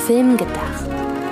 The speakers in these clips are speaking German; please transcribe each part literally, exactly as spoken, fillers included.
Film gedacht.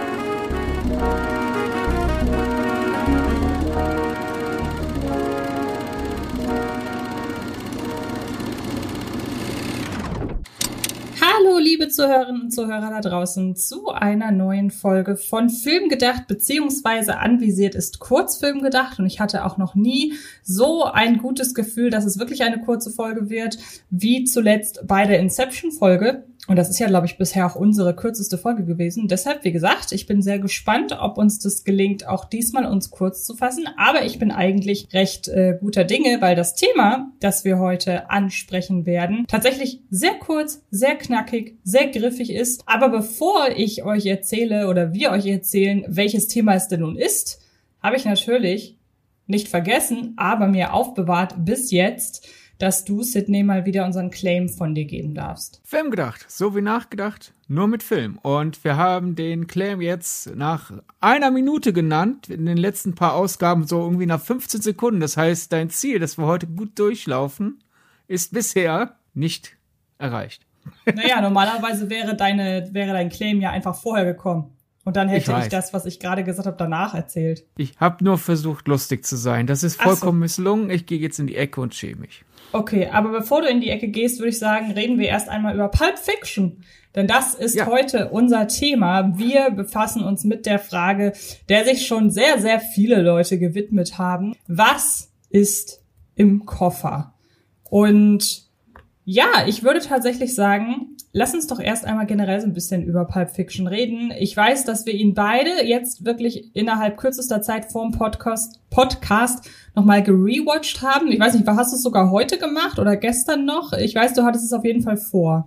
Hallo, liebe Zuhörerinnen und Zuhörer da draußen, zu einer neuen Folge von Film gedacht, beziehungsweise anvisiert ist Kurzfilm gedacht. Und ich hatte auch noch nie so ein gutes Gefühl, dass es wirklich eine kurze Folge wird, wie zuletzt bei der Inception-Folge. Und das ist ja, glaube ich, bisher auch unsere kürzeste Folge gewesen. Deshalb, wie gesagt, ich bin sehr gespannt, ob uns das gelingt, auch diesmal uns kurz zu fassen. Aber ich bin eigentlich recht äh, guter Dinge, weil das Thema, das wir heute ansprechen werden, tatsächlich sehr kurz, sehr knackig, sehr griffig ist. Aber bevor ich euch erzähle oder wir euch erzählen, welches Thema es denn nun ist, habe ich natürlich nicht vergessen, aber mir aufbewahrt bis jetzt, dass du, Sydney, mal wieder unseren Claim von dir geben darfst. Film gedacht, so wie nachgedacht, nur mit Film. Und wir haben den Claim jetzt nach einer Minute genannt, in den letzten paar Ausgaben so irgendwie nach fünfzehn Sekunden. Das heißt, dein Ziel, dass wir heute gut durchlaufen, ist bisher nicht erreicht. Naja, normalerweise wäre deine, wäre dein Claim ja einfach vorher gekommen. Und dann hätte ich, ich das, was ich gerade gesagt habe, danach erzählt. Ich habe nur versucht, lustig zu sein. Das ist vollkommen so. misslungen. Ich gehe jetzt in die Ecke und schäme mich. Okay, aber bevor du in die Ecke gehst, würde ich sagen, reden wir erst einmal über Pulp Fiction. Denn das ist ja heute unser Thema. Wir befassen uns mit der Frage, der sich schon sehr, sehr viele Leute gewidmet haben. Was ist im Koffer? Und ja, ich würde tatsächlich sagen, lass uns doch erst einmal generell so ein bisschen über Pulp Fiction reden. Ich weiß, dass wir ihn beide jetzt wirklich innerhalb kürzester Zeit vorm Podcast, Podcast nochmal gerewatcht haben. Ich weiß nicht, hast du es sogar heute gemacht oder gestern noch? Ich weiß, du hattest es auf jeden Fall vor.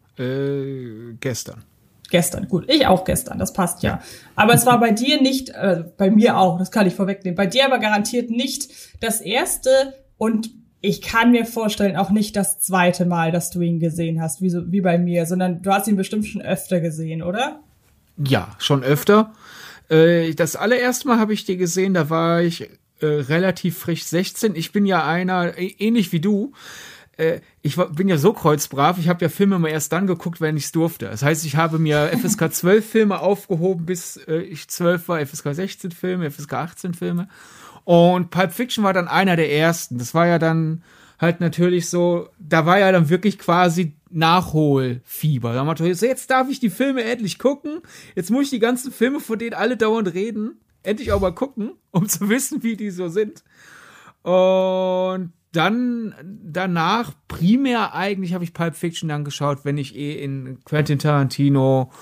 Äh, gestern. Gestern, gut. Ich auch gestern, das passt ja. Aber es war bei dir nicht, äh, bei mir auch, das kann ich vorwegnehmen, bei dir aber garantiert nicht das erste und ich kann mir vorstellen, auch nicht das zweite Mal, dass du ihn gesehen hast, wie, so, wie bei mir, sondern du hast ihn bestimmt schon öfter gesehen, oder? Ja, schon öfter. Äh, das allererste Mal habe ich die gesehen, da war ich äh, relativ frisch sechzehn. Ich bin ja einer, äh, ähnlich wie du, äh, ich war, bin ja so kreuzbrav, ich habe ja Filme immer erst dann geguckt, wenn ich es durfte. Das heißt, ich habe mir F S K zwölf Filme aufgehoben, bis äh, ich zwölf war, F S K sechzehn Filme, F S K achtzehn Filme. Und Pulp Fiction war dann einer der ersten. Das war ja dann halt natürlich so, da war ja dann wirklich quasi Nachholfieber. Da war so, jetzt darf ich die Filme endlich gucken. Jetzt muss ich die ganzen Filme, von denen alle dauernd reden, endlich auch mal gucken, um zu wissen, wie die so sind. Und dann danach, primär eigentlich, habe ich Pulp Fiction dann geschaut, wenn ich eh in Quentin Tarantino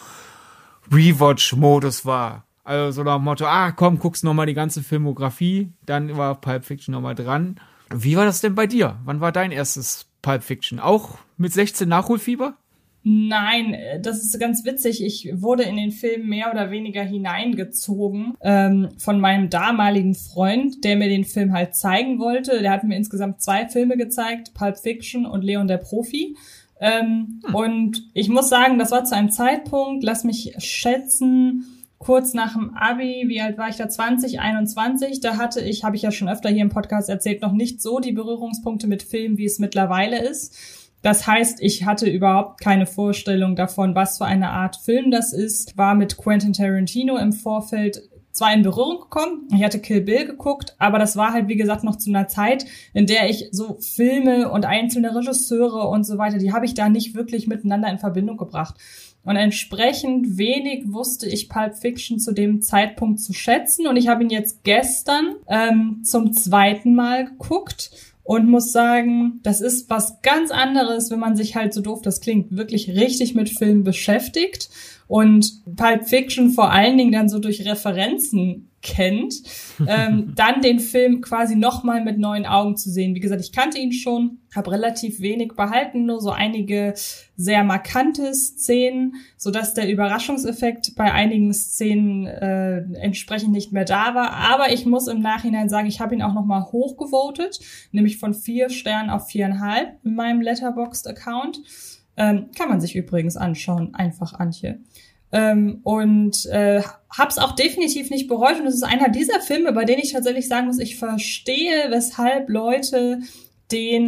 Rewatch-Modus war. Also so nach dem Motto, ah komm, guckst nochmal die ganze Filmografie, dann war Pulp Fiction nochmal dran. Wie war das denn bei dir? Wann war dein erstes Pulp Fiction? Auch mit sechzehn Nachholfieber? Nein, das ist ganz witzig. Ich wurde in den Film mehr oder weniger hineingezogen ähm, von meinem damaligen Freund, der mir den Film halt zeigen wollte. Der hat mir insgesamt zwei Filme gezeigt, Pulp Fiction und Leon der Profi. Ähm, hm. Und ich muss sagen, das war zu einem Zeitpunkt, lass mich schätzen, kurz nach dem Abi, wie alt war ich da? zwanzig, einundzwanzig. Da hatte ich, habe ich ja schon öfter hier im Podcast erzählt, noch nicht so die Berührungspunkte mit Filmen, wie es mittlerweile ist. Das heißt, ich hatte überhaupt keine Vorstellung davon, was für eine Art Film das ist. War mit Quentin Tarantino im Vorfeld zwar in Berührung gekommen. Ich hatte Kill Bill geguckt, aber das war halt, wie gesagt, noch zu einer Zeit, in der ich so Filme und einzelne Regisseure und so weiter, die habe ich da nicht wirklich miteinander in Verbindung gebracht. Und entsprechend wenig wusste ich Pulp Fiction zu dem Zeitpunkt zu schätzen. Und ich habe ihn jetzt gestern ähm, zum zweiten Mal geguckt und muss sagen, das ist was ganz anderes, wenn man sich halt, so doof das klingt, wirklich richtig mit Film beschäftigt und Pulp Fiction vor allen Dingen dann so durch Referenzen kennt, ähm, dann den Film quasi nochmal mit neuen Augen zu sehen. Wie gesagt, ich kannte ihn schon, habe relativ wenig behalten, nur so einige sehr markante Szenen, sodass der Überraschungseffekt bei einigen Szenen äh, entsprechend nicht mehr da war. Aber ich muss im Nachhinein sagen, ich habe ihn auch nochmal hochgevotet, nämlich von vier Sternen auf viereinhalb in meinem Letterboxd-Account. Ähm, kann man sich übrigens anschauen, einfach Antje. Ähm, und äh, hab's auch definitiv nicht bereut. Und es ist einer dieser Filme, bei denen ich tatsächlich sagen muss, ich verstehe, weshalb Leute den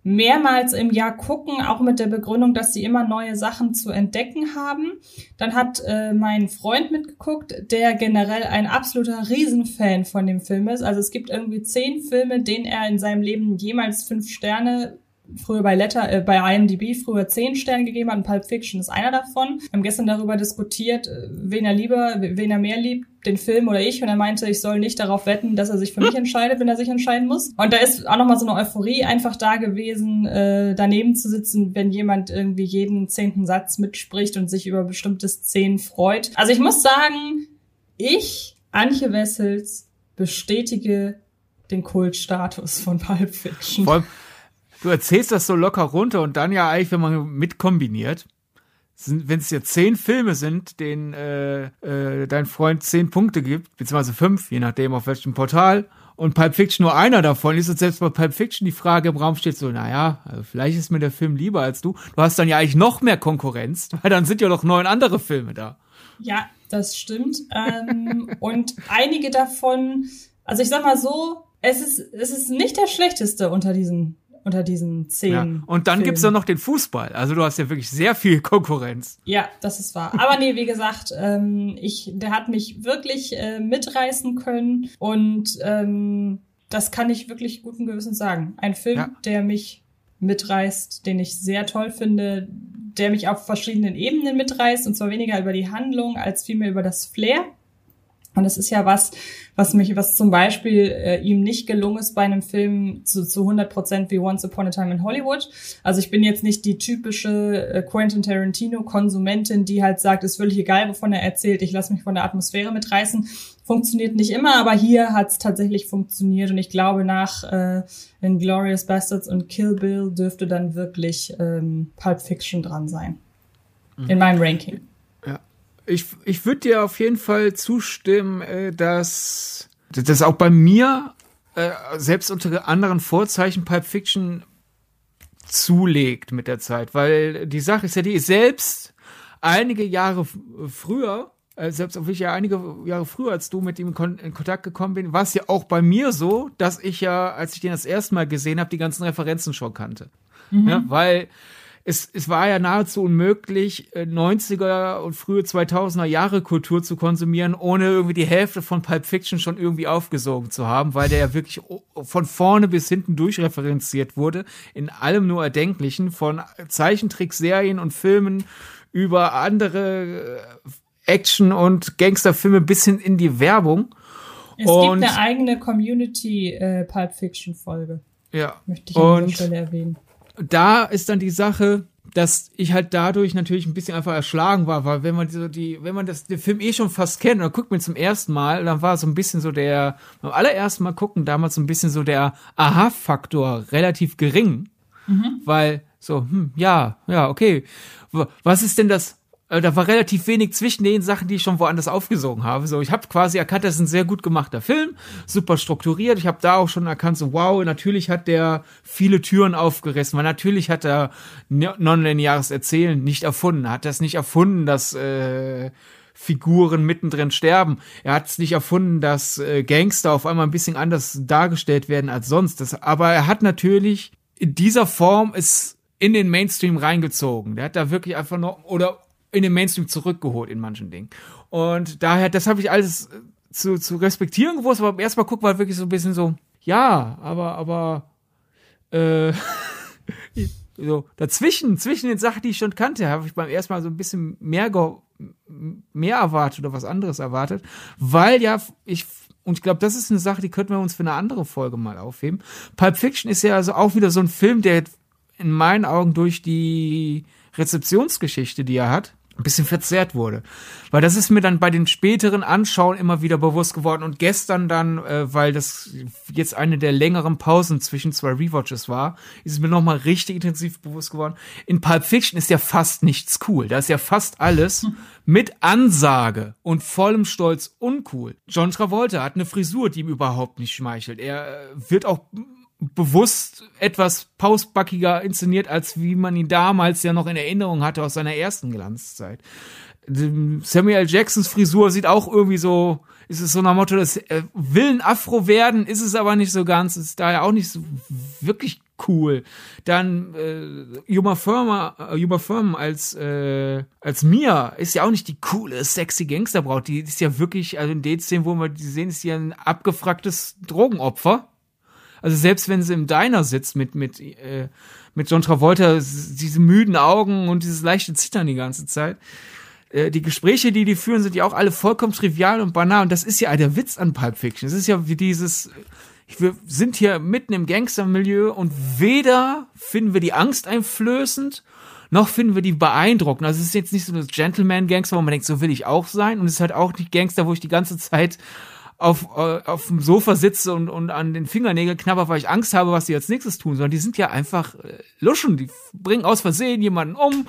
mehrmals im Jahr gucken, auch mit der Begründung, dass sie immer neue Sachen zu entdecken haben. Dann hat äh, mein Freund mitgeguckt, der generell ein absoluter Riesenfan von dem Film ist. Also es gibt irgendwie zehn Filme, denen er in seinem Leben jemals fünf Sterne, früher bei Letter, äh, bei I M D B früher zehn Sterne gegeben hat, und Pulp Fiction ist einer davon. Wir haben gestern darüber diskutiert, wen er lieber, wen er mehr liebt, den Film oder ich, und er meinte, ich soll nicht darauf wetten, dass er sich für mich entscheidet, wenn er sich entscheiden muss. Und da ist auch nochmal so eine Euphorie einfach da gewesen, äh, daneben zu sitzen, wenn jemand irgendwie jeden zehnten Satz mitspricht und sich über bestimmte Szenen freut. Also ich muss sagen, ich, Antje Wessels, bestätige den Kultstatus von Pulp Fiction. Vor allem, du erzählst das so locker runter und dann ja eigentlich, wenn man mit kombiniert, wenn es jetzt zehn Filme sind, denen äh, äh, dein Freund zehn Punkte gibt, beziehungsweise fünf, je nachdem auf welchem Portal, und Pulp Fiction nur einer davon, ist jetzt selbst bei Pulp Fiction die Frage im Raum steht so, naja, also vielleicht ist mir der Film lieber als du. Du hast dann ja eigentlich noch mehr Konkurrenz, weil dann sind ja noch neun andere Filme da. Ja, das stimmt. ähm, und einige davon, also ich sag mal so, es ist, es ist nicht der schlechteste unter diesen unter diesen zehn. Ja. Und dann Filmen. Gibt's ja noch den Fußball. Also du hast ja wirklich sehr viel Konkurrenz. Ja, das ist wahr. Aber nee, wie gesagt, ähm, ich, der hat mich wirklich äh, mitreißen können und ähm, das kann ich wirklich guten Gewissens sagen. Ein Film, ja. der mich mitreißt, den ich sehr toll finde, der mich auf verschiedenen Ebenen mitreißt, und zwar weniger über die Handlung als vielmehr über das Flair. Und das ist ja was, was mich, was zum Beispiel äh, ihm nicht gelungen ist bei einem Film zu, zu hundert Prozent wie Once Upon a Time in Hollywood. Also ich bin jetzt nicht die typische äh, Quentin Tarantino-Konsumentin, die halt sagt, ist völlig egal, wovon er erzählt, ich lasse mich von der Atmosphäre mitreißen. Funktioniert nicht immer, aber hier hat es tatsächlich funktioniert. Und ich glaube, nach äh, Inglourious Basterds und Kill Bill dürfte dann wirklich ähm, Pulp Fiction dran sein. Mhm. In meinem Ranking. Ich, ich würde dir auf jeden Fall zustimmen, äh, dass das auch bei mir, äh, selbst unter anderen Vorzeichen, Pulp Fiction zulegt mit der Zeit. Weil die Sache ist ja die, selbst einige Jahre f- früher, äh, selbst auch ich ja einige Jahre früher als du mit ihm in, Kon- in Kontakt gekommen bin, war es ja auch bei mir so, dass ich ja, als ich den das erste Mal gesehen habe, die ganzen Referenzen schon kannte. Mhm. Ja, weil Es, es war ja nahezu unmöglich, neunziger und frühe zweitausender Jahre Kultur zu konsumieren, ohne irgendwie die Hälfte von Pulp Fiction schon irgendwie aufgesogen zu haben, weil der ja wirklich von vorne bis hinten durchreferenziert wurde, in allem nur Erdenklichen, von Zeichentrickserien und Filmen über andere Action- und Gangsterfilme bis hin in die Werbung. Es und gibt eine eigene Community-Pulp Fiction-Folge. Ja. Möchte ich an dieser Stelle erwähnen. Da ist dann die Sache, dass ich halt dadurch natürlich ein bisschen einfach erschlagen war, weil wenn man so die, wenn man das, den Film eh schon fast kennt und dann guckt man zum ersten Mal, dann war so ein bisschen so der, beim allerersten Mal gucken damals so ein bisschen so der Aha-Faktor relativ gering, mhm. weil so, hm, ja, ja, okay, was ist denn das? Da war relativ wenig zwischen den Sachen, die ich schon woanders aufgesogen habe. So, ich habe quasi erkannt, das ist ein sehr gut gemachter Film, super strukturiert. Ich habe da auch schon erkannt, so wow, natürlich hat der viele Türen aufgerissen, weil natürlich hat er nonlineares Erzählen nicht erfunden, hat das nicht erfunden, dass äh, Figuren mittendrin sterben. Er hat es nicht erfunden, dass äh, Gangster auf einmal ein bisschen anders dargestellt werden als sonst. Das, aber er hat natürlich in dieser Form es in den Mainstream reingezogen. Der hat da wirklich einfach noch, oder in den Mainstream zurückgeholt in manchen Dingen. Und daher, das habe ich alles zu, zu respektieren gewusst, aber beim ersten Mal gucken war wirklich so ein bisschen so, ja, aber, aber, äh, so, dazwischen, zwischen den Sachen, die ich schon kannte, habe ich beim ersten Mal so ein bisschen mehr, ge- mehr erwartet oder was anderes erwartet, weil ja, ich, und ich glaube, das ist eine Sache, die könnten wir uns für eine andere Folge mal aufheben. Pulp Fiction ist ja also auch wieder so ein Film, der in meinen Augen durch die Rezeptionsgeschichte, die er hat, ein bisschen verzerrt wurde. Weil das ist mir dann bei den späteren Anschauen immer wieder bewusst geworden und gestern dann, äh, weil das jetzt eine der längeren Pausen zwischen zwei Rewatches war, ist es mir nochmal richtig intensiv bewusst geworden. In Pulp Fiction ist ja fast nichts cool. Da ist ja fast alles hm. mit Ansage und vollem Stolz uncool. John Travolta hat eine Frisur, die ihm überhaupt nicht schmeichelt. Er äh, wird auch bewusst etwas pausbackiger inszeniert, als wie man ihn damals ja noch in Erinnerung hatte aus seiner ersten Glanzzeit. Samuel L. Jacksons Frisur sieht auch irgendwie so, ist es so nach Motto, das will ein Afro werden, ist es aber nicht so ganz, ist daher auch nicht so wirklich cool. Dann äh, Uma Thurman, äh, Uma Thurman als äh, als Mia ist ja auch nicht die coole, sexy Gangsterbraut. Die ist ja wirklich, also in den Szenen, wo wir die sehen, ist ja ein abgefragtes Drogenopfer. Also selbst wenn sie im Diner sitzt mit mit äh, mit John Travolta, diese müden Augen und dieses leichte Zittern die ganze Zeit. Äh, die Gespräche, die die führen, sind ja auch alle vollkommen trivial und banal. Und das ist ja der Witz an Pulp Fiction. Es ist ja wie dieses, wir sind hier mitten im Gangstermilieu und weder finden wir die Angst einflößend, noch finden wir die beeindruckend. Also es ist jetzt nicht so das Gentleman-Gangster, wo man denkt, so will ich auch sein. Und es ist halt auch nicht Gangster, wo ich die ganze Zeit auf äh, auf dem Sofa sitze und und an den Fingernägeln knabber, weil ich Angst habe, was die als nächstes tun, sondern die sind ja einfach äh, Luschen, die bringen aus Versehen jemanden um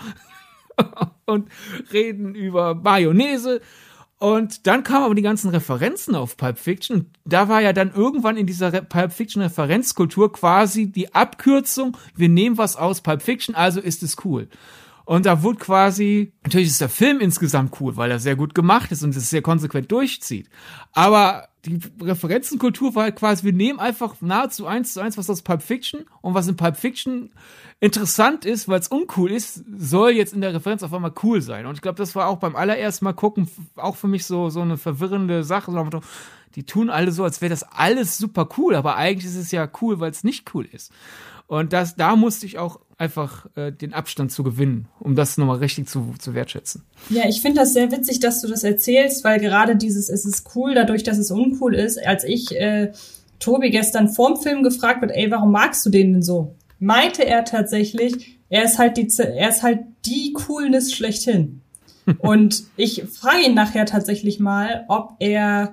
und reden über Mayonnaise. Und dann kamen aber die ganzen Referenzen auf Pulp Fiction und da war ja dann irgendwann in dieser Re- Pulp Fiction Referenzkultur quasi die Abkürzung, wir nehmen was aus Pulp Fiction, also ist es cool. Und da wurde quasi, natürlich ist der Film insgesamt cool, weil er sehr gut gemacht ist und es sehr konsequent durchzieht. Aber die Referenzenkultur war halt quasi, wir nehmen einfach nahezu eins zu eins was aus Pulp Fiction und was in Pulp Fiction interessant ist, weil es uncool ist, soll jetzt in der Referenz auf einmal cool sein. Und ich glaube, das war auch beim allerersten Mal gucken auch für mich so so eine verwirrende Sache. Die tun alle so, als wäre das alles super cool, aber eigentlich ist es ja cool, weil es nicht cool ist. Und das, da musste ich auch einfach äh, den Abstand zu gewinnen, um das nochmal richtig zu, zu wertschätzen. Ja, ich finde das sehr witzig, dass du das erzählst, weil gerade dieses, es ist cool, dadurch, dass es uncool ist, als ich äh, Tobi gestern vorm Film gefragt wird, ey, warum magst du den denn so? Meinte er tatsächlich, er ist halt die, er ist halt die Coolness schlechthin. Und ich frage ihn nachher tatsächlich mal, ob er,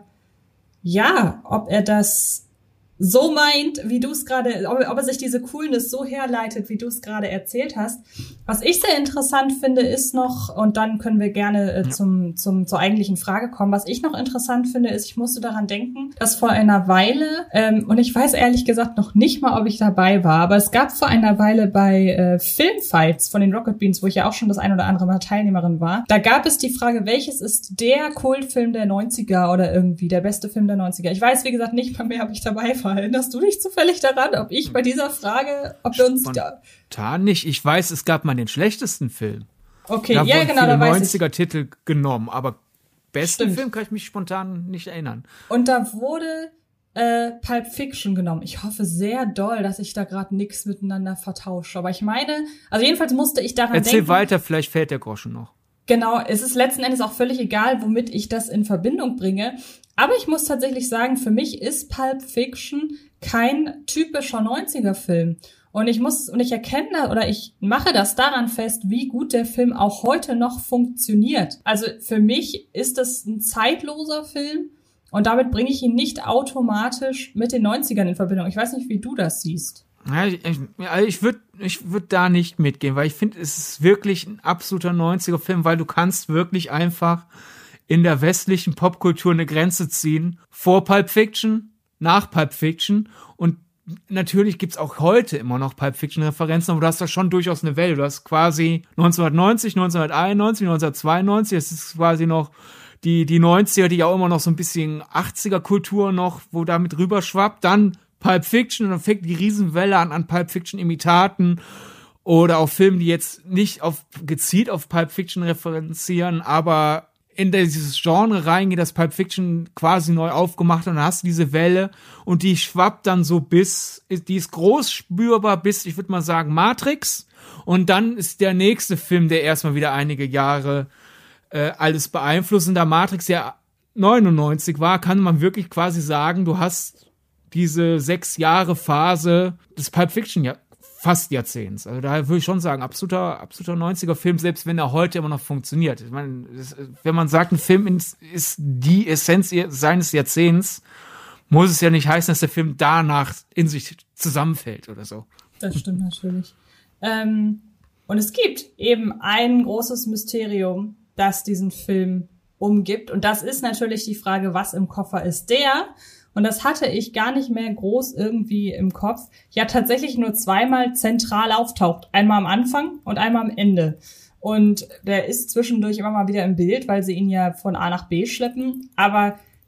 ja, ob er das so meint, wie du es gerade, ob, ob er sich diese Coolness so herleitet, wie du es gerade erzählt hast. Was ich sehr interessant finde, ist noch, und dann können wir gerne äh, zum, zum, zur eigentlichen Frage kommen, was ich noch interessant finde, ist, ich musste daran denken, dass vor einer Weile, ähm, und ich weiß ehrlich gesagt noch nicht mal, ob ich dabei war, aber es gab vor einer Weile bei äh, Filmfights von den Rocket Beans, wo ich ja auch schon das ein oder andere Mal Teilnehmerin war, da gab es die Frage, welches ist der Kultfilm der neunziger oder irgendwie der beste Film der neunziger? Ich weiß, wie gesagt, nicht mal mehr, ob ich dabei war. Erinnerst du dich zufällig daran, ob ich bei dieser Frage, ob wir uns da... Spontan nicht. Ich weiß, es gab mal den schlechtesten Film. Okay, da ja, genau, da weiß ich. neunziger-Titel genommen, aber besten Stimmt. Film kann ich mich spontan nicht erinnern. Und da wurde äh, Pulp Fiction genommen. Ich hoffe sehr doll, dass ich da gerade nichts miteinander vertausche. Aber ich meine, also jedenfalls musste ich daran Erzähl denken... weiter, vielleicht fällt der Groschen noch. Genau, es ist letzten Endes auch völlig egal, womit ich das in Verbindung bringe. Aber ich muss tatsächlich sagen, für mich ist Pulp Fiction kein typischer neunziger-Film. Und ich muss, und ich erkenne, oder ich mache das daran fest, wie gut der Film auch heute noch funktioniert. Also für mich ist das ein zeitloser Film und damit bringe ich ihn nicht automatisch mit den neunzigern in Verbindung. Ich weiß nicht, wie du das siehst. Ja, ich also ich würde ich würd da nicht mitgehen, weil ich finde, es ist wirklich ein absoluter neunziger-Film, weil du kannst wirklich einfach in der westlichen Popkultur eine Grenze ziehen. Vor Pulp Fiction, nach Pulp Fiction. Und natürlich gibt's auch heute immer noch Pulp Fiction-Referenzen, aber du hast da schon durchaus eine Welle. Du hast quasi neunzehnhundertneunzig, neunzehnhunderteinundneunzig, neunzehnhundertzweiundneunzig, es ist quasi noch die, die neunziger, die ja auch immer noch so ein bisschen achtziger-Kultur noch, wo da mit rüber schwappt. Dann Pulp Fiction und dann fängt die Riesenwelle an, an Pulp Fiction-Imitaten oder auch Filme, die jetzt nicht auf, gezielt auf Pulp Fiction referenzieren, aber in dieses Genre reingehen, das Pulp Fiction quasi neu aufgemacht und dann hast du diese Welle und die schwappt dann so bis, die ist groß spürbar bis, ich würde mal sagen, Matrix und dann ist der nächste Film, der erstmal wieder einige Jahre äh, alles beeinflusst und da Matrix ja neunundneunzig war, kann man wirklich quasi sagen, du hast diese sechs Jahre Phase des Pulp Fiction ja fast Jahrzehnts. Also da würde ich schon sagen, absoluter, absoluter neunziger-Film, selbst wenn er heute immer noch funktioniert. Ich meine, das, wenn man sagt, ein Film ist die Essenz seines Jahrzehnts, muss es ja nicht heißen, dass der Film danach in sich zusammenfällt oder so. Das stimmt natürlich. Ähm, und es gibt eben ein großes Mysterium, das diesen Film umgibt. Und das ist natürlich die Frage, was im Koffer ist der? Und das hatte ich gar nicht mehr groß irgendwie im Kopf. Ja, tatsächlich nur zweimal zentral auftaucht. Einmal am Anfang und einmal am Ende. Und der ist zwischendurch immer mal wieder im Bild, weil sie ihn ja von A nach B schleppen. Aber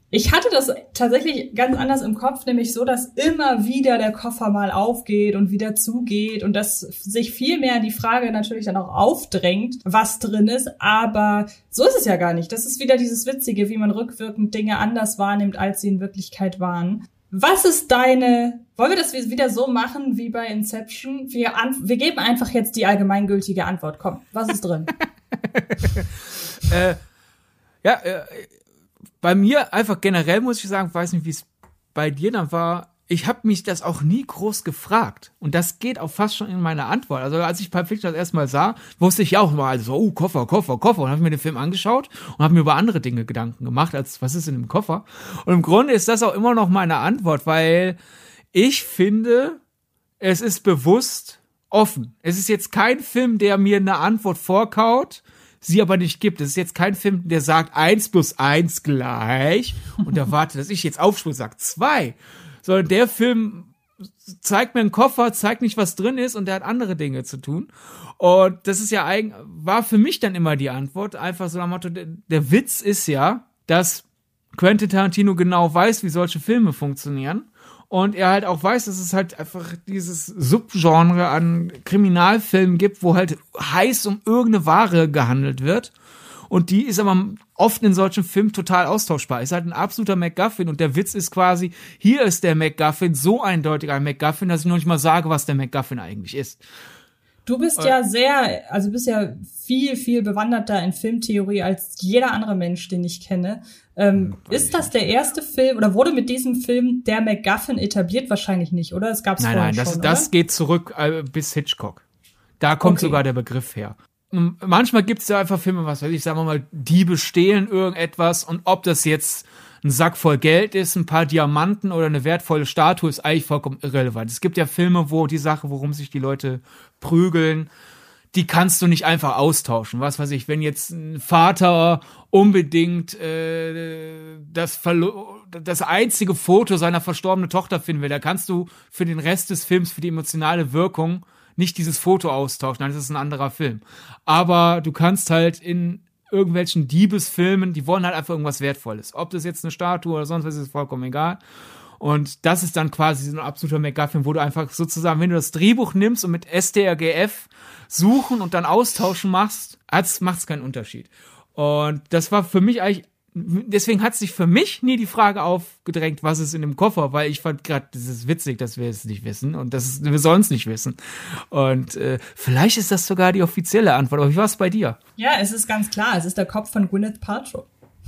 Ich hatte das tatsächlich ganz anders im Kopf, nämlich so, dass immer wieder der Koffer mal aufgeht und wieder zugeht und dass sich viel mehr die Frage natürlich dann auch aufdrängt, was drin ist, aber so ist es ja gar nicht. Das ist wieder dieses Witzige, wie man rückwirkend Dinge anders wahrnimmt, als sie in Wirklichkeit waren. Was ist deine, wollen wir das wieder so machen wie bei Inception? Wir, an, wir geben einfach jetzt die allgemeingültige Antwort. Komm, was ist drin? äh, ja, äh, bei mir einfach generell muss ich sagen, weiß nicht, wie es bei dir dann war, ich habe mich das auch nie groß gefragt. Und das geht auch fast schon in meine Antwort. Also als ich Pulp Fiction das erste Mal sah, wusste ich auch mal so, oh, Koffer, Koffer, Koffer. Und habe mir den Film angeschaut und habe mir über andere Dinge Gedanken gemacht, als was ist in dem Koffer. Und im Grunde ist das auch immer noch meine Antwort, weil ich finde, es ist bewusst offen. Es ist jetzt kein Film, der mir eine Antwort vorkaut, sie aber nicht gibt. Es ist jetzt kein Film, der sagt eins plus eins gleich und erwartet, dass ich jetzt aufspringe und sage zwei. Sondern der Film zeigt mir einen Koffer, zeigt nicht, was drin ist und der hat andere Dinge zu tun. Und das ist ja eigentlich, war für mich dann immer die Antwort. Einfach so nach dem Motto, der, der Witz ist ja, dass Quentin Tarantino genau weiß, wie solche Filme funktionieren. Und er halt auch weiß, dass es halt einfach dieses Subgenre an Kriminalfilmen gibt, wo halt heiß um irgendeine Ware gehandelt wird. Und die ist aber oft in solchen Filmen total austauschbar. Ist halt ein absoluter MacGuffin. Und der Witz ist quasi, hier ist der MacGuffin so eindeutig ein MacGuffin, dass ich noch nicht mal sage, was der MacGuffin eigentlich ist. Du bist ja sehr, also bist ja viel, viel bewanderter in Filmtheorie als jeder andere Mensch, den ich kenne. Ähm, hm, ist das der erste Film oder wurde mit diesem Film der MacGuffin etabliert? Wahrscheinlich nicht, oder? Es gab's nein, vorher nein, das, schon, das oder? geht zurück äh, bis Hitchcock. Da kommt okay. sogar der Begriff her. Und manchmal gibt es ja einfach Filme, was weiß ich, sagen wir mal, Diebe stehlen irgendetwas und ob das jetzt ein Sack voll Geld ist, ein paar Diamanten oder eine wertvolle Statue, ist eigentlich vollkommen irrelevant. Es gibt ja Filme, wo die Sache, worum sich die Leute prügeln, die kannst du nicht einfach austauschen. Was weiß ich, wenn jetzt ein Vater unbedingt äh, das, verlo- das einzige Foto seiner verstorbenen Tochter finden will, da kannst du für den Rest des Films, für die emotionale Wirkung, nicht dieses Foto austauschen, dann ist es ein anderer Film. Aber du kannst halt in irgendwelchen Diebesfilmen, die wollen halt einfach irgendwas Wertvolles. Ob das jetzt eine Statue oder sonst was ist, ist vollkommen egal. Und das ist dann quasi so ein absoluter MacGuffin, wo du einfach sozusagen, wenn du das Drehbuch nimmst und mit S T R G F suchen und dann austauschen machst, macht es keinen Unterschied. Und das war für mich eigentlich, deswegen hat sich für mich nie die Frage aufgedrängt, was ist in dem Koffer, weil ich fand gerade, das ist witzig, dass wir es nicht wissen und das ist, wir sollen es nicht wissen. Und äh, vielleicht ist das sogar die offizielle Antwort, aber wie war es bei dir? Ja, es ist ganz klar, es ist der Kopf von Gwyneth Paltrow.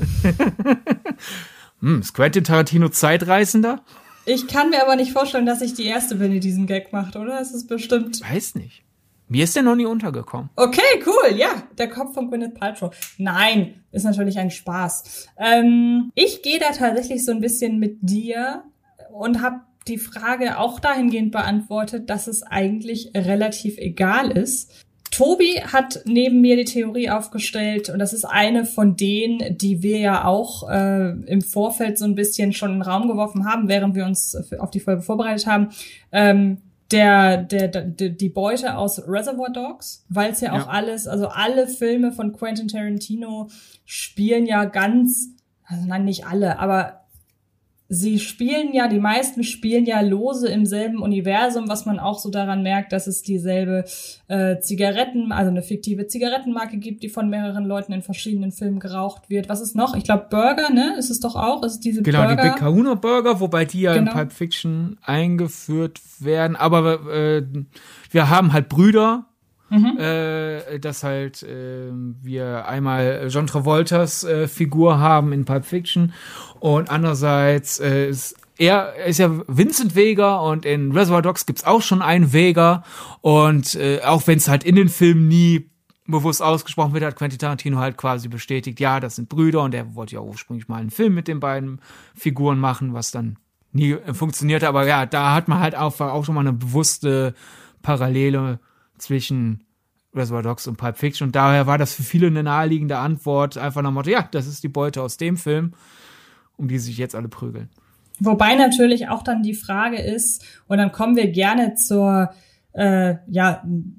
hm, ist Quentin Tarantino Zeitreisender? Ich kann mir aber nicht vorstellen, dass ich die Erste bin, die diesen Gag macht, oder? Es ist bestimmt... Weiß nicht. Mir ist der noch nie untergekommen. Okay, cool, ja, der Kopf von Gwyneth Paltrow. Nein, ist natürlich ein Spaß. Ähm, ich gehe da tatsächlich so ein bisschen mit dir und habe die Frage auch dahingehend beantwortet, dass es eigentlich relativ egal ist. Tobi hat neben mir die Theorie aufgestellt und das ist eine von denen, die wir ja auch äh, im Vorfeld so ein bisschen schon in den Raum geworfen haben, während wir uns auf die Folge vorbereitet haben. Ähm, Der, der, der, die Beute aus Reservoir Dogs, weil es ja auch ja. alles, also alle Filme von Quentin Tarantino spielen ja ganz, also nein, nicht alle, aber sie spielen ja, die meisten spielen ja lose im selben Universum, was man auch so daran merkt, dass es dieselbe äh, Zigaretten, also eine fiktive Zigarettenmarke gibt, die von mehreren Leuten in verschiedenen Filmen geraucht wird. Was ist noch? Ich glaube Burger, ne? Ist es doch auch? Ist es diese genau, Burger? Genau, die Big Kahuna Burger, wobei die ja genau. in Pulp Fiction eingeführt werden. Aber äh, wir haben halt Brüder, Mhm. Äh, dass halt äh, wir einmal John Travoltas äh, Figur haben in Pulp Fiction und andererseits äh, ist er ist ja Vincent Vega und in Reservoir Dogs gibt's auch schon einen Vega und äh, auch wenn es halt in den Filmen nie bewusst ausgesprochen wird, hat Quentin Tarantino halt quasi bestätigt, ja, das sind Brüder und er wollte ja ursprünglich mal einen Film mit den beiden Figuren machen, was dann nie äh, funktionierte, aber ja, da hat man halt auch, auch schon mal eine bewusste Parallele zwischen Reservoir Dogs und Pulp Fiction und daher war das für viele eine naheliegende Antwort, einfach nach dem Motto, ja, das ist die Beute aus dem Film, um die sich jetzt alle prügeln. Wobei natürlich auch dann die Frage ist, und dann kommen wir gerne zur, äh, ja,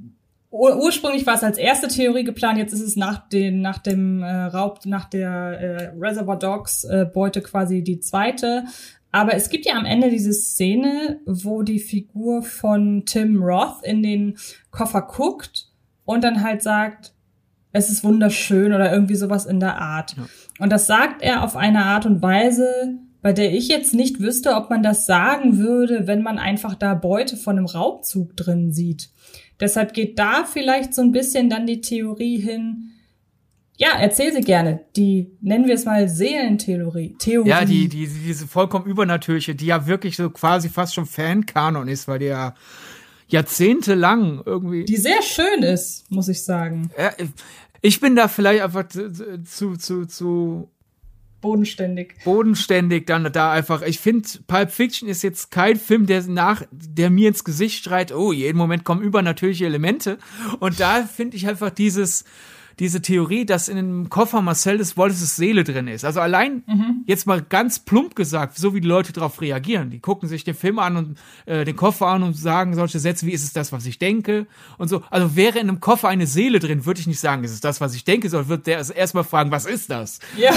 ur- ursprünglich war es als erste Theorie geplant, jetzt ist es nach den, nach dem äh, Raub, nach der äh, Reservoir Dogs äh, Beute quasi die zweite. Aber es gibt ja am Ende diese Szene, wo die Figur von Tim Roth in den Koffer guckt und dann halt sagt, es ist wunderschön oder irgendwie sowas in der Art. Ja. Und das sagt er auf eine Art und Weise, bei der ich jetzt nicht wüsste, ob man das sagen würde, wenn man einfach da Beute von einem Raubzug drin sieht. Deshalb geht da vielleicht so ein bisschen dann die Theorie hin, ja, erzähl sie gerne, die, nennen wir es mal Seelentheorie. Theorie. Ja, die, die, diese vollkommen übernatürliche, die ja wirklich so quasi fast schon Fan-Kanon ist, weil die ja jahrzehntelang irgendwie... Die sehr schön ist, muss ich sagen. Ja, ich bin da vielleicht einfach zu, zu, zu, zu bodenständig. Bodenständig dann da einfach. Ich finde, Pulp Fiction ist jetzt kein Film, der nach, der mir ins Gesicht schreit, oh, jeden Moment kommen übernatürliche Elemente. Und da finde ich einfach dieses, diese Theorie, dass in dem Koffer Marcellus Wallaces Seele drin ist. Also allein, mhm. jetzt mal ganz plump gesagt, so wie die Leute darauf reagieren. Die gucken sich den Film an und äh, den Koffer an und sagen solche Sätze wie, ist es das, was ich denke? Und so. Also wäre in einem Koffer eine Seele drin, würde ich nicht sagen, ist es das, was ich denke, sondern würde der erstmal fragen, was ist das? Ja,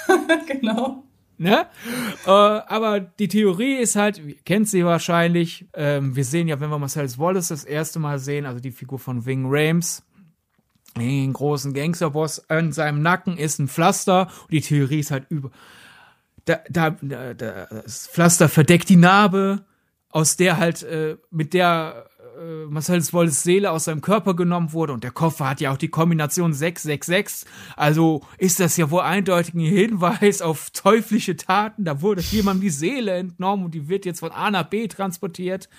genau. Ne? Äh, aber die Theorie ist halt, ihr kennt sie wahrscheinlich, ähm, wir sehen ja, wenn wir Marcellus Wallace das erste Mal sehen, also die Figur von Ving Rhames, den großen Gangsterboss, an seinem Nacken ist ein Pflaster und die Theorie ist halt über, da, da, da, das Pflaster verdeckt die Narbe, aus der halt, äh, mit der äh, Marcellus Wallace Seele aus seinem Körper genommen wurde und der Koffer hat ja auch die Kombination sechs sechs sechs, also ist das ja wohl eindeutig ein Hinweis auf teuflische Taten, da wurde jemandem die Seele entnommen und die wird jetzt von A nach B transportiert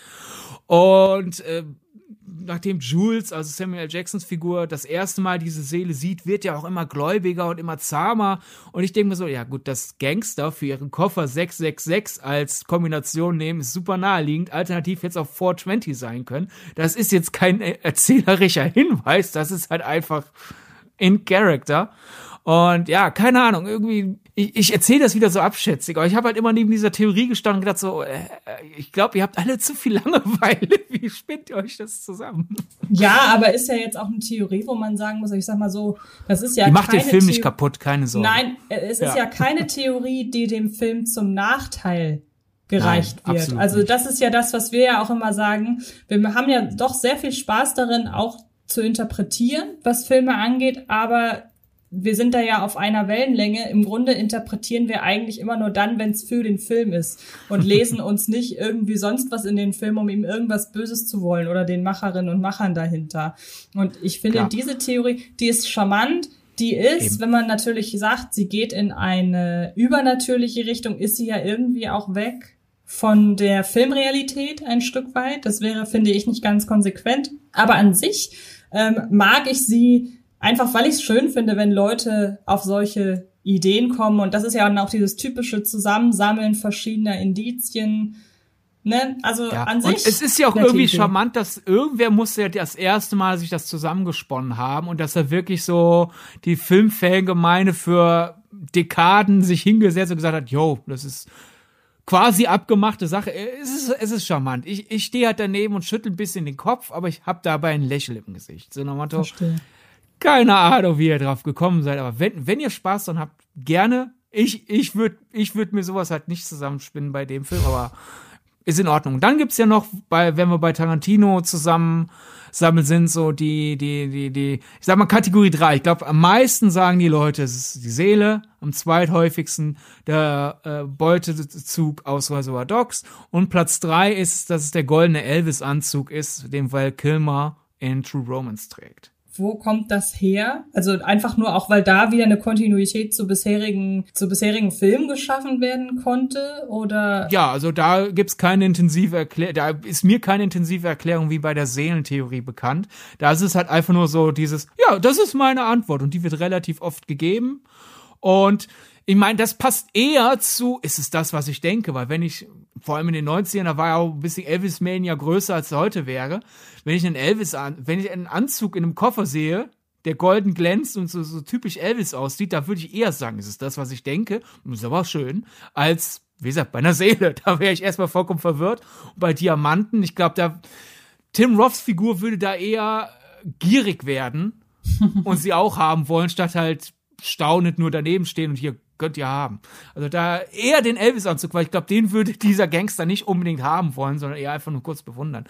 und äh, nachdem Jules, also Samuel L. Jacksons Figur, das erste Mal diese Seele sieht, wird ja auch immer gläubiger und immer zahmer. Und ich denke mir so, ja gut, dass Gangster für ihren Koffer sechs sechs sechs als Kombination nehmen, ist super naheliegend. Alternativ jetzt auch vierhundertzwanzig sein können. Das ist jetzt kein erzählerischer Hinweis, das ist halt einfach in Character. Und ja, keine Ahnung, irgendwie, ich, ich erzähle das wieder so abschätzig, aber ich habe halt immer neben dieser Theorie gestanden und gedacht so, äh, ich glaube, ihr habt alle zu viel Langeweile, wie spinnt ihr euch das zusammen? Ja, aber ist ja jetzt auch eine Theorie, wo man sagen muss, ich sag mal so, das ist ja die macht keine den Film The- nicht kaputt, keine Sorge. Nein, es ist ja, ja keine Theorie, die dem Film zum Nachteil gereicht Nein, wird. Also das ist ja das, was wir ja auch immer sagen. Wir haben ja doch sehr viel Spaß darin, auch zu interpretieren, was Filme angeht, aber wir sind da ja auf einer Wellenlänge. Im Grunde interpretieren wir eigentlich immer nur dann, wenn es für den Film ist und lesen uns nicht irgendwie sonst was in den Film, um ihm irgendwas Böses zu wollen oder den Macherinnen und Machern dahinter. Und ich finde, Klar. diese Theorie, die ist charmant, die ist, Eben. wenn man natürlich sagt, sie geht in eine übernatürliche Richtung, ist sie ja irgendwie auch weg von der Filmrealität ein Stück weit. Das wäre, finde ich, nicht ganz konsequent. Aber an sich ähm, mag ich sie einfach, weil ich es schön finde, wenn Leute auf solche Ideen kommen. Und das ist ja dann auch dieses typische Zusammensammeln verschiedener Indizien. Ne? Also ja. an sich. Und es ist ja auch irgendwie Idee. charmant, dass irgendwer muss ja das erste Mal sich das zusammengesponnen haben und dass da wirklich so die Filmfangemeinde für Dekaden sich hingesetzt und gesagt hat, yo, das ist quasi abgemachte Sache. Es ist, es ist charmant. Ich, ich stehe halt daneben und schüttel ein bisschen den Kopf, aber ich habe dabei ein Lächeln im Gesicht. So nach dem Motto, Verstehe. Keine Ahnung, wie ihr drauf gekommen seid, aber wenn, wenn ihr Spaß dran habt, gerne. Ich, ich würde ich würd mir sowas halt nicht zusammenspinnen bei dem Film, aber ist in Ordnung. Dann gibt's ja noch, bei, wenn wir bei Tarantino zusammen sammeln sind, so die, die, die, die, ich sag mal Kategorie drei. Ich glaube, am meisten sagen die Leute, es ist die Seele, am zweithäufigsten der äh, Beutezug aus Reservoir Dogs und Platz drei ist, dass es der goldene Elvis-Anzug ist, den Val Kilmer in True Romance trägt. Wo kommt das her? Also einfach nur auch, weil da wieder eine Kontinuität zu bisherigen, zu bisherigen Filmen geschaffen werden konnte, oder? Ja, also da gibt's keine intensive Erklärung, da ist mir keine intensive Erklärung wie bei der Seelentheorie bekannt. Da ist es halt einfach nur so dieses, ja, das ist meine Antwort und die wird relativ oft gegeben und ich meine, das passt eher zu, ist es das, was ich denke, weil wenn ich, vor allem in den neunzigern, da war ja auch ein bisschen Elvis-Mania größer, als es heute wäre, wenn ich einen Elvis an, wenn ich einen Anzug in einem Koffer sehe, der golden glänzt und so, so typisch Elvis aussieht, da würde ich eher sagen, ist es das, was ich denke, und ist aber auch schön, als, wie gesagt, bei einer Seele, da wäre ich erstmal vollkommen verwirrt. Und bei Diamanten, ich glaube, da, Tim Roths Figur würde da eher gierig werden und sie auch haben wollen, statt halt staunend nur daneben stehen und hier könnt ihr haben. Also da eher den Elvis-Anzug, weil ich glaube, den würde dieser Gangster nicht unbedingt haben wollen, sondern eher einfach nur kurz bewundern.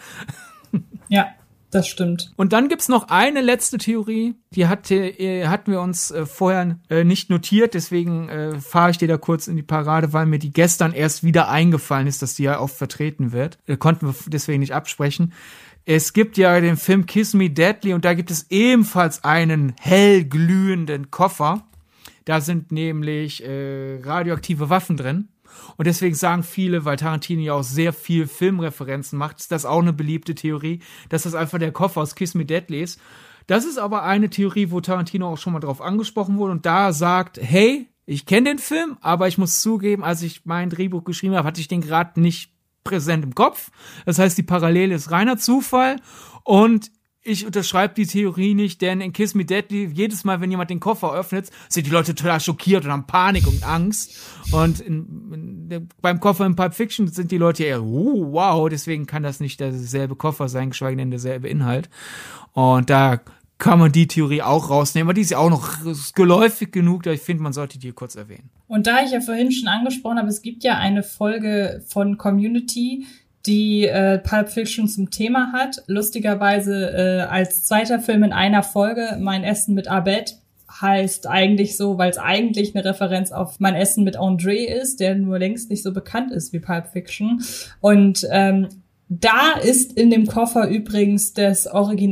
Ja, das stimmt. Und dann gibt's noch eine letzte Theorie, die hatte, äh, hatten wir uns äh, vorher äh, nicht notiert, deswegen äh, fahre ich dir da kurz in die Parade, weil mir die gestern erst wieder eingefallen ist, dass die ja oft vertreten wird. Äh, konnten wir deswegen nicht absprechen. Es gibt ja den Film Kiss Me Deadly und da gibt es ebenfalls einen hellglühenden Koffer. Da sind nämlich äh, radioaktive Waffen drin. Und deswegen sagen viele, weil Tarantino ja auch sehr viel Filmreferenzen macht, ist das auch eine beliebte Theorie, dass das einfach der Koffer aus Kiss Me Deadly ist. Das ist aber eine Theorie, wo Tarantino auch schon mal drauf angesprochen wurde und da sagt, hey, ich kenne den Film, aber ich muss zugeben, als ich mein Drehbuch geschrieben habe, hatte ich den gerade nicht präsent im Kopf. Das heißt, die Parallele ist reiner Zufall und ich unterschreibe die Theorie nicht, denn in Kiss Me Deadly, jedes Mal, wenn jemand den Koffer öffnet, sind die Leute total schockiert und haben Panik und Angst. Und in, in, beim Koffer in Pulp Fiction sind die Leute eher, uh, wow, deswegen kann das nicht derselbe Koffer sein, geschweige denn derselbe Inhalt. Und da kann man die Theorie auch rausnehmen, aber die ist ja auch noch geläufig genug, da ich finde, man sollte die hier kurz erwähnen. Und da ich ja vorhin schon angesprochen habe, es gibt ja eine Folge von Community, die äh, Pulp Fiction zum Thema hat. Lustigerweise äh, als zweiter Film in einer Folge, Mein Essen mit Abed, heißt eigentlich so, weil es eigentlich eine Referenz auf Mein Essen mit André ist, der nur längst nicht so bekannt ist wie Pulp Fiction. Und ähm, da ist in dem Koffer übrigens das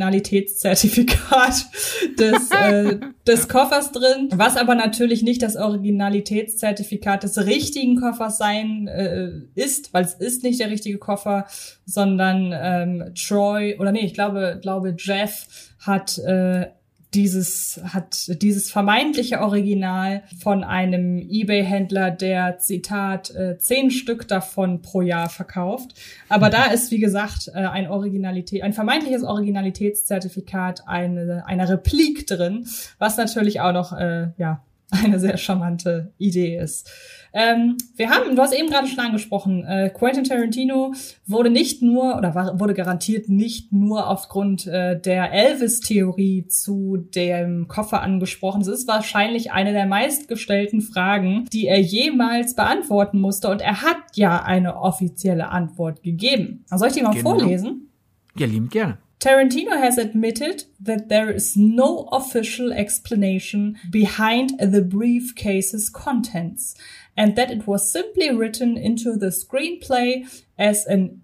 Originalitätszertifikat des, äh, des Koffers drin, was aber natürlich nicht das Originalitätszertifikat des richtigen Koffers sein äh, ist, weil es ist nicht der richtige Koffer, sondern ähm, Troy, oder nee, ich glaube, glaube Jeff hat äh, dieses hat dieses vermeintliche Original von einem eBay-Händler, der, Zitat, äh, zehn Stück davon pro Jahr verkauft. Aber da ist, wie gesagt, äh, ein Originalität, ein vermeintliches Originalitätszertifikat eine, einer Replik drin, was natürlich auch noch, äh, ja, eine sehr charmante Idee ist. Ähm, wir haben, du hast eben gerade schon angesprochen, äh, Quentin Tarantino wurde nicht nur, oder war, wurde garantiert nicht nur aufgrund äh, der Elvis-Theorie zu dem Koffer angesprochen. Es ist wahrscheinlich eine der meistgestellten Fragen, die er jemals beantworten musste. Und er hat ja eine offizielle Antwort gegeben. Soll ich die mal genau vorlesen? Ja, liebend gerne. Tarantino has admitted that there is no official explanation behind the briefcase's contents and that it was simply written into the screenplay as an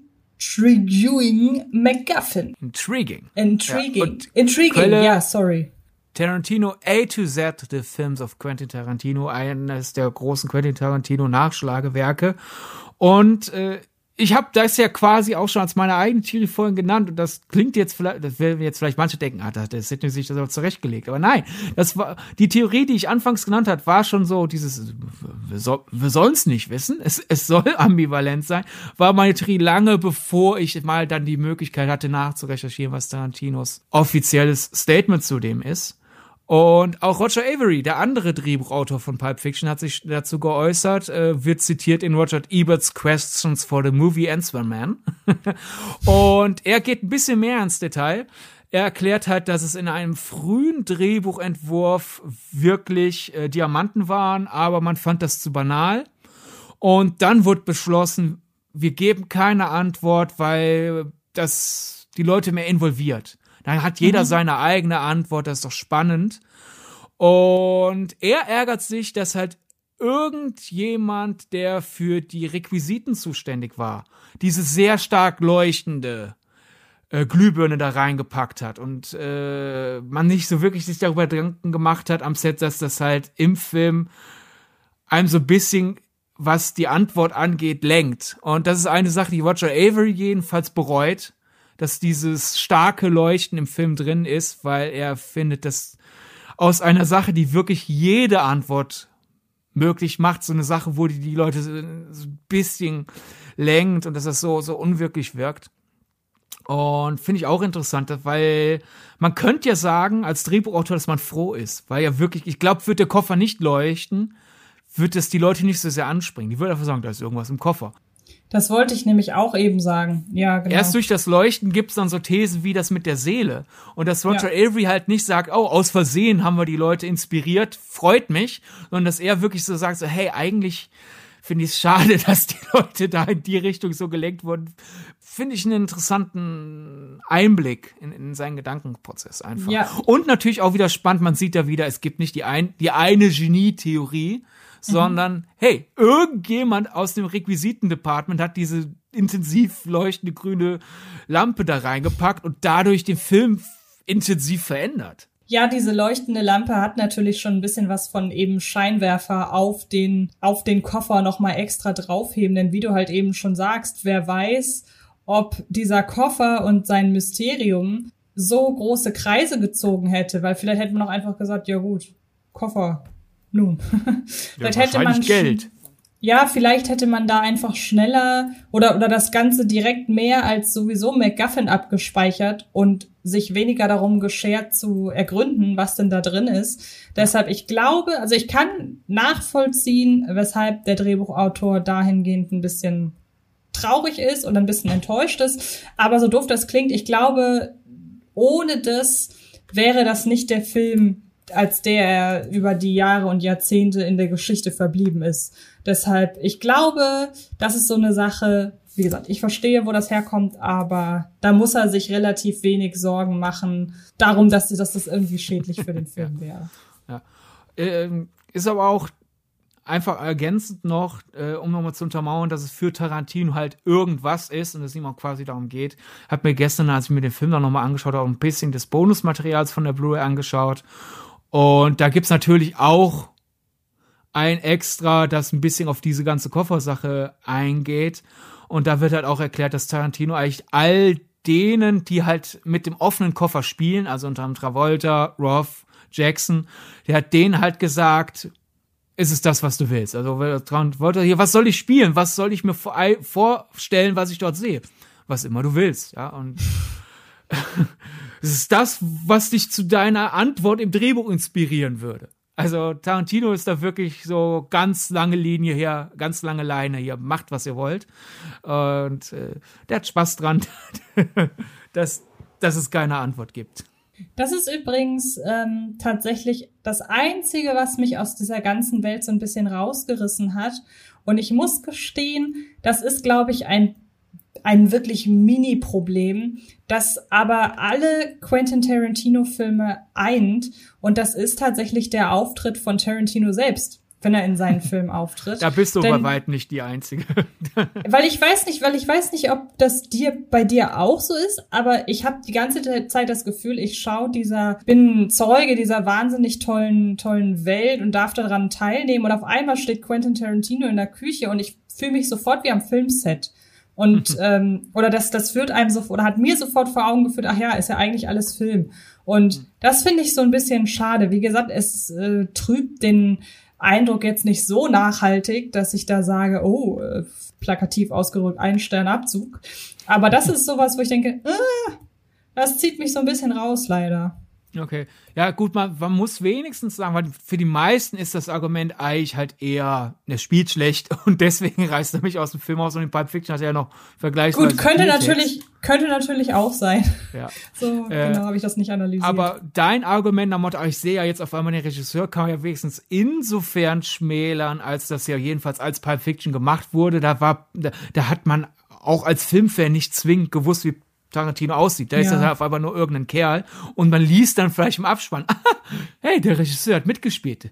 intriguing MacGuffin. Intriguing. Intriguing. Ja, Intriguing, ja, yeah, sorry. Tarantino A to Z, The Films of Quentin Tarantino, eines der großen Quentin Tarantino-Nachschlagewerke. Und äh, ich habe das ja quasi auch schon als meine eigene Theorie vorhin genannt und das klingt jetzt vielleicht, das werden jetzt vielleicht manche denken, ah, das hätte sich das aber zurechtgelegt. Aber nein, das war die Theorie, die ich anfangs genannt hat, war schon so dieses, wir, soll, wir sollen's nicht wissen, es, es soll ambivalent sein, war meine Theorie lange bevor ich mal dann die Möglichkeit hatte nachzurecherchieren, was Tarantinos offizielles Statement zu dem ist. Und auch Roger Avary, der andere Drehbuchautor von Pulp Fiction, hat sich dazu geäußert, äh, wird zitiert in Roger Ebert's Questions for the Movie Answer Man. Und er geht ein bisschen mehr ins Detail. Er erklärt halt, dass es in einem frühen Drehbuchentwurf wirklich äh, Diamanten waren, aber man fand das zu banal. Und dann wurde beschlossen, wir geben keine Antwort, weil das die Leute mehr involviert. Da hat jeder mhm. seine eigene Antwort, das ist doch spannend. Und er ärgert sich, dass halt irgendjemand, der für die Requisiten zuständig war, diese sehr stark leuchtende äh, Glühbirne da reingepackt hat und äh, man nicht so wirklich sich darüber Gedanken gemacht hat am Set, dass das halt im Film einem so ein bisschen, was die Antwort angeht, lenkt. Und das ist eine Sache, die Roger Avary jedenfalls bereut, dass dieses starke Leuchten im Film drin ist, weil er findet, dass aus einer Sache, die wirklich jede Antwort möglich macht, so eine Sache, wo die, die Leute so ein bisschen lenkt und dass das so, so unwirklich wirkt. Und finde ich auch interessant, weil man könnte ja sagen, als Drehbuchautor, dass man froh ist, weil ja wirklich, ich glaube, wird der Koffer nicht leuchten, wird das die Leute nicht so sehr anspringen. Die würden einfach sagen, da ist irgendwas im Koffer. Das wollte ich nämlich auch eben sagen. Ja, genau. Erst durch das Leuchten gibt's dann so Thesen wie das mit der Seele. Und dass Roger ja. Avary halt nicht sagt, oh, aus Versehen haben wir die Leute inspiriert, freut mich, sondern dass er wirklich so sagt, so, hey, eigentlich finde ich es schade, dass die Leute da in die Richtung so gelenkt wurden. Finde ich einen interessanten Einblick in, in seinen Gedankenprozess einfach. Ja. Und natürlich auch wieder spannend, man sieht da wieder, es gibt nicht die, ein, die eine Genie-Theorie, sondern, mhm. hey, irgendjemand aus dem Requisiten-Department hat diese intensiv leuchtende grüne Lampe da reingepackt und dadurch den Film intensiv verändert. Ja, diese leuchtende Lampe hat natürlich schon ein bisschen was von eben Scheinwerfer auf den, auf den Koffer nochmal extra draufheben, denn wie du halt eben schon sagst, wer weiß, ob dieser Koffer und sein Mysterium so große Kreise gezogen hätte, weil vielleicht hätte man auch einfach gesagt, ja gut, Koffer, nun. vielleicht ja, hätte man Geld. Ja, vielleicht hätte man da einfach schneller oder oder das Ganze direkt mehr als sowieso MacGuffin abgespeichert und sich weniger darum geschert zu ergründen, was denn da drin ist. Deshalb, ich glaube, also ich kann nachvollziehen, weshalb der Drehbuchautor dahingehend ein bisschen traurig ist und ein bisschen enttäuscht ist. Aber so doof das klingt, ich glaube, ohne das wäre das nicht der Film, als der er über die Jahre und Jahrzehnte in der Geschichte verblieben ist. Deshalb, ich glaube, das ist so eine Sache, wie gesagt, ich verstehe, wo das herkommt, aber da muss er sich relativ wenig Sorgen machen darum, dass, dass das irgendwie schädlich für den Film wäre. Ja. Ähm, ist aber auch einfach ergänzend noch, äh, um nochmal zu untermauern, dass es für Tarantino halt irgendwas ist und es ihm auch quasi darum geht. Hab mir gestern, als ich mir den Film dann nochmal angeschaut habe, ein bisschen des Bonusmaterials von der Blu-ray angeschaut. Und da gibt's natürlich auch ein Extra, das ein bisschen auf diese ganze Koffersache eingeht. Und da wird halt auch erklärt, dass Tarantino eigentlich all denen, die halt mit dem offenen Koffer spielen, also unter anderem Travolta, Roth, Jackson, der hat denen halt gesagt, ist es das, was du willst? Also Travolta hier, was soll ich spielen? Was soll ich mir vor- vorstellen, was ich dort sehe? Was immer du willst, ja. Und es ist das, was dich zu deiner Antwort im Drehbuch inspirieren würde. Also Tarantino ist da wirklich so ganz lange Linie her, ganz lange Leine hier, macht, was ihr wollt. Und äh, der hat Spaß dran, dass, dass es keine Antwort gibt. Das ist übrigens ähm, tatsächlich das Einzige, was mich aus dieser ganzen Welt so ein bisschen rausgerissen hat. Und ich muss gestehen, das ist, glaube ich, ein ein wirklich Mini-Problem, das aber alle Quentin Tarantino-Filme eint. Und das ist tatsächlich der Auftritt von Tarantino selbst, wenn er in seinen Filmen auftritt. Da bist du Denn, bei weit nicht die Einzige. weil ich weiß nicht, weil ich weiß nicht, ob das dir bei dir auch so ist, aber ich habe die ganze Zeit das Gefühl, ich schaue dieser, bin Zeuge dieser wahnsinnig tollen, tollen Welt und darf daran teilnehmen. Und auf einmal steht Quentin Tarantino in der Küche und ich fühle mich sofort wie am Filmset. Und ähm, oder das das führt einem so oder hat mir sofort vor Augen geführt, ach ja, ist ja eigentlich alles Film. Und das finde ich so ein bisschen schade. Wie gesagt, es äh, trübt den Eindruck jetzt nicht so nachhaltig, dass ich da sage, oh, äh, plakativ ausgedrückt, ein Stern Abzug. Aber das ist sowas, wo ich denke, äh, das zieht mich so ein bisschen raus, leider. Okay. Ja, gut, man, man muss wenigstens sagen, weil für die meisten ist das Argument eigentlich halt eher, er spielt schlecht und deswegen reißt er mich aus dem Film aus und in Pulp Fiction hat er ja noch vergleichsweise. Gut, könnte natürlich, könnte natürlich auch sein. Ja. So, äh, genau, habe ich das nicht analysiert. Aber dein Argument am Motto, ich sehe ja jetzt auf einmal den Regisseur, kann man ja wenigstens insofern schmälern, als das ja jedenfalls als Pulp Fiction gemacht wurde, da war, da, da hat man auch als Filmfan nicht zwingend gewusst, wie Tarantino aussieht. Da ja. ist das auf einmal nur irgendein Kerl und man liest dann vielleicht im Abspann, hey, der Regisseur hat mitgespielt.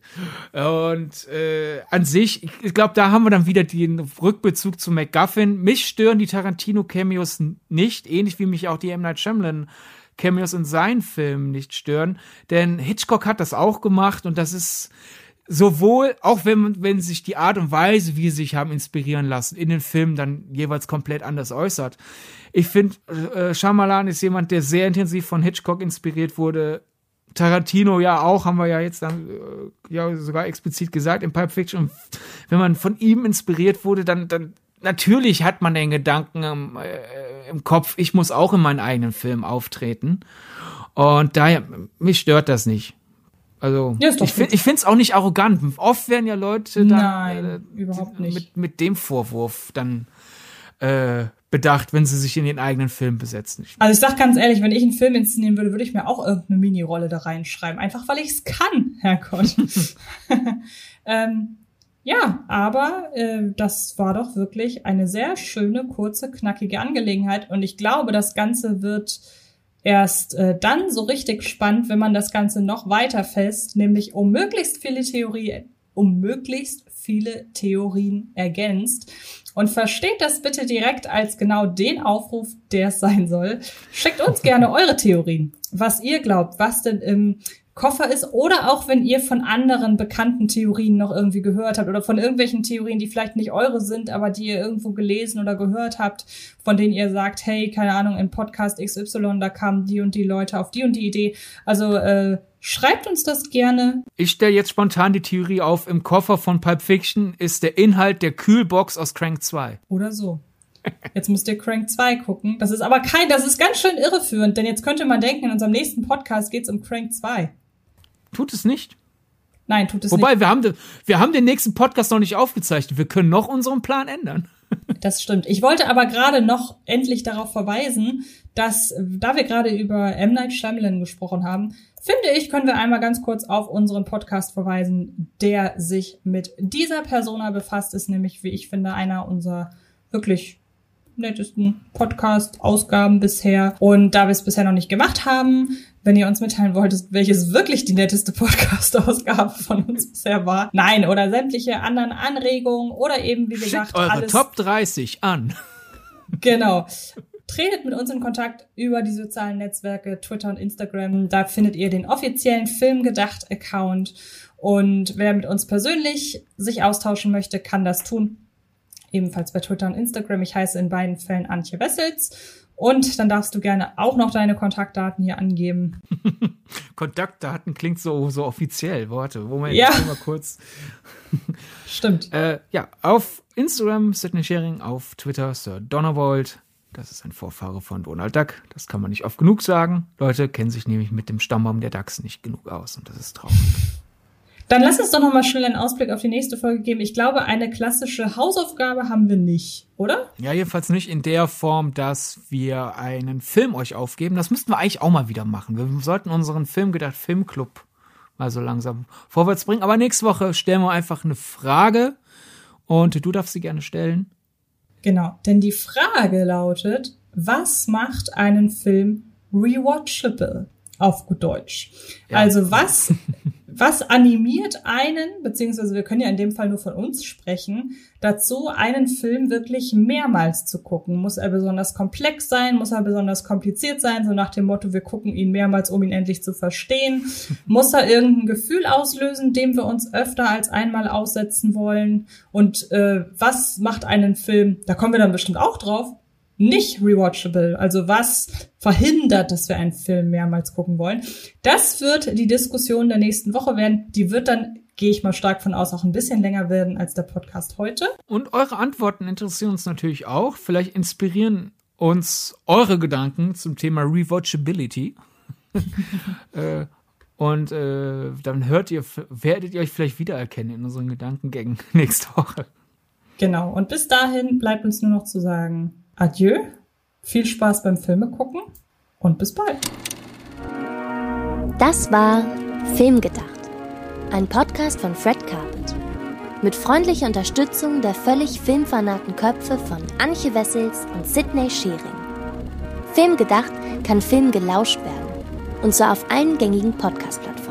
Und äh, an sich, ich glaube, da haben wir dann wieder den Rückbezug zu MacGuffin. Mich stören die Tarantino-Cameos nicht, ähnlich wie mich auch die M. Night Shyamalan Cameos in seinen Filmen nicht stören, denn Hitchcock hat das auch gemacht und das ist sowohl, auch wenn, wenn sich die Art und Weise, wie sie sich haben inspirieren lassen, in den Filmen dann jeweils komplett anders äußert. Ich finde, äh, Shyamalan ist jemand, der sehr intensiv von Hitchcock inspiriert wurde. Tarantino ja auch, haben wir ja jetzt dann äh, ja sogar explizit gesagt in Pulp Fiction. Und wenn man von ihm inspiriert wurde, dann, dann natürlich hat man den Gedanken im, äh, im Kopf, ich muss auch in meinen eigenen Film auftreten. Und daher, mich stört das nicht. Also, ja, ich finde ich finde es auch nicht arrogant. Oft werden ja Leute dann Nein, äh, überhaupt nicht. Mit, mit dem Vorwurf dann äh, bedacht, wenn sie sich in den eigenen Film besetzen. Also ich sag ganz ehrlich, wenn ich einen Film inszenieren würde, würde ich mir auch irgendeine Mini-Rolle da reinschreiben. Einfach, weil ich es kann, Herrgott. ähm, ja, aber äh, das war doch wirklich eine sehr schöne, kurze, knackige Angelegenheit. Und ich glaube, das Ganze wird erst äh, dann so richtig spannend, wenn man das Ganze noch weiter fest, nämlich um möglichst viele Theorien, um möglichst viele Theorien ergänzt. Und versteht das bitte direkt als genau den Aufruf, der es sein soll. Schickt uns gerne eure Theorien, was ihr glaubt, was denn im Koffer ist, oder auch wenn ihr von anderen bekannten Theorien noch irgendwie gehört habt oder von irgendwelchen Theorien, die vielleicht nicht eure sind, aber die ihr irgendwo gelesen oder gehört habt, von denen ihr sagt, hey, keine Ahnung, im Podcast X Y, da kamen die und die Leute auf die und die Idee. Also äh, schreibt uns das gerne. Ich stelle jetzt spontan die Theorie auf, im Koffer von Pulp Fiction ist der Inhalt der Kühlbox aus Crank zwei. Oder so. Jetzt müsst ihr Crank zwei gucken. Das ist aber kein, das ist ganz schön irreführend, denn jetzt könnte man denken, in unserem nächsten Podcast geht's um Crank zwei. Tut es nicht? Nein, tut es Wobei, nicht. Wobei, wir haben, wir haben den nächsten Podcast noch nicht aufgezeichnet. Wir können noch unseren Plan ändern. Das stimmt. Ich wollte aber gerade noch endlich darauf verweisen, dass, da wir gerade über M. Night Shyamalan gesprochen haben, finde ich, können wir einmal ganz kurz auf unseren Podcast verweisen, der sich mit dieser Persona befasst, ist nämlich, wie ich finde, einer unserer wirklich nettesten Podcast-Ausgaben bisher. Und da wir es bisher noch nicht gemacht haben, wenn ihr uns mitteilen wolltet, welches wirklich die netteste Podcast-Ausgabe von uns bisher war, nein, oder sämtliche anderen Anregungen oder eben, wie gesagt, schickt eure alles Top dreißig an. Genau. Tretet mit uns in Kontakt über die sozialen Netzwerke, Twitter und Instagram. Da findet ihr den offiziellen Filmgedacht-Account. Und wer mit uns persönlich sich austauschen möchte, kann das tun. Ebenfalls bei Twitter und Instagram. Ich heiße in beiden Fällen Antje Wessels. Und dann darfst du gerne auch noch deine Kontaktdaten hier angeben. Kontaktdaten klingt so, so offiziell. Warte, Moment, ja. mal kurz. Stimmt. Äh, ja, auf Instagram Sidney Schering, auf Twitter Sir Donnerwold. Das ist ein Vorfahre von Donald Duck. Das kann man nicht oft genug sagen. Leute kennen sich nämlich mit dem Stammbaum der Ducks nicht genug aus. Und das ist traurig. Dann lass uns doch noch mal schnell einen Ausblick auf die nächste Folge geben. Ich glaube, eine klassische Hausaufgabe haben wir nicht, oder? Ja, jedenfalls nicht in der Form, dass wir einen Film euch aufgeben. Das müssten wir eigentlich auch mal wieder machen. Wir sollten unseren Filmgedacht Filmclub mal so langsam vorwärts bringen. Aber nächste Woche stellen wir einfach eine Frage und du darfst sie gerne stellen. Genau, denn die Frage lautet, was macht einen Film rewatchable auf gut Deutsch? Ja. Also was... Was animiert einen, beziehungsweise wir können ja in dem Fall nur von uns sprechen, dazu, einen Film wirklich mehrmals zu gucken? Muss er besonders komplex sein? Muss er besonders kompliziert sein? So nach dem Motto, wir gucken ihn mehrmals, um ihn endlich zu verstehen. Muss er irgendein Gefühl auslösen, dem wir uns öfter als einmal aussetzen wollen? Und äh, was macht einen Film, da kommen wir dann bestimmt auch drauf, nicht rewatchable, also was verhindert, dass wir einen Film mehrmals gucken wollen. Das wird die Diskussion der nächsten Woche werden. Die wird dann, gehe ich mal stark von aus, auch ein bisschen länger werden als der Podcast heute. Und eure Antworten interessieren uns natürlich auch. Vielleicht inspirieren uns eure Gedanken zum Thema Rewatchability. äh, und äh, dann hört ihr, werdet ihr euch vielleicht wiedererkennen in unseren Gedankengängen nächste Woche. Genau. Und bis dahin bleibt uns nur noch zu sagen, adieu, viel Spaß beim Filme gucken und bis bald. Das war Filmgedacht, ein Podcast von Fred Carpet. Mit freundlicher Unterstützung der völlig filmfanaten Köpfe von Antje Wessels und Sidney Schering. Filmgedacht kann Film gelauscht werden, und zwar auf allen gängigen Podcast-Plattformen.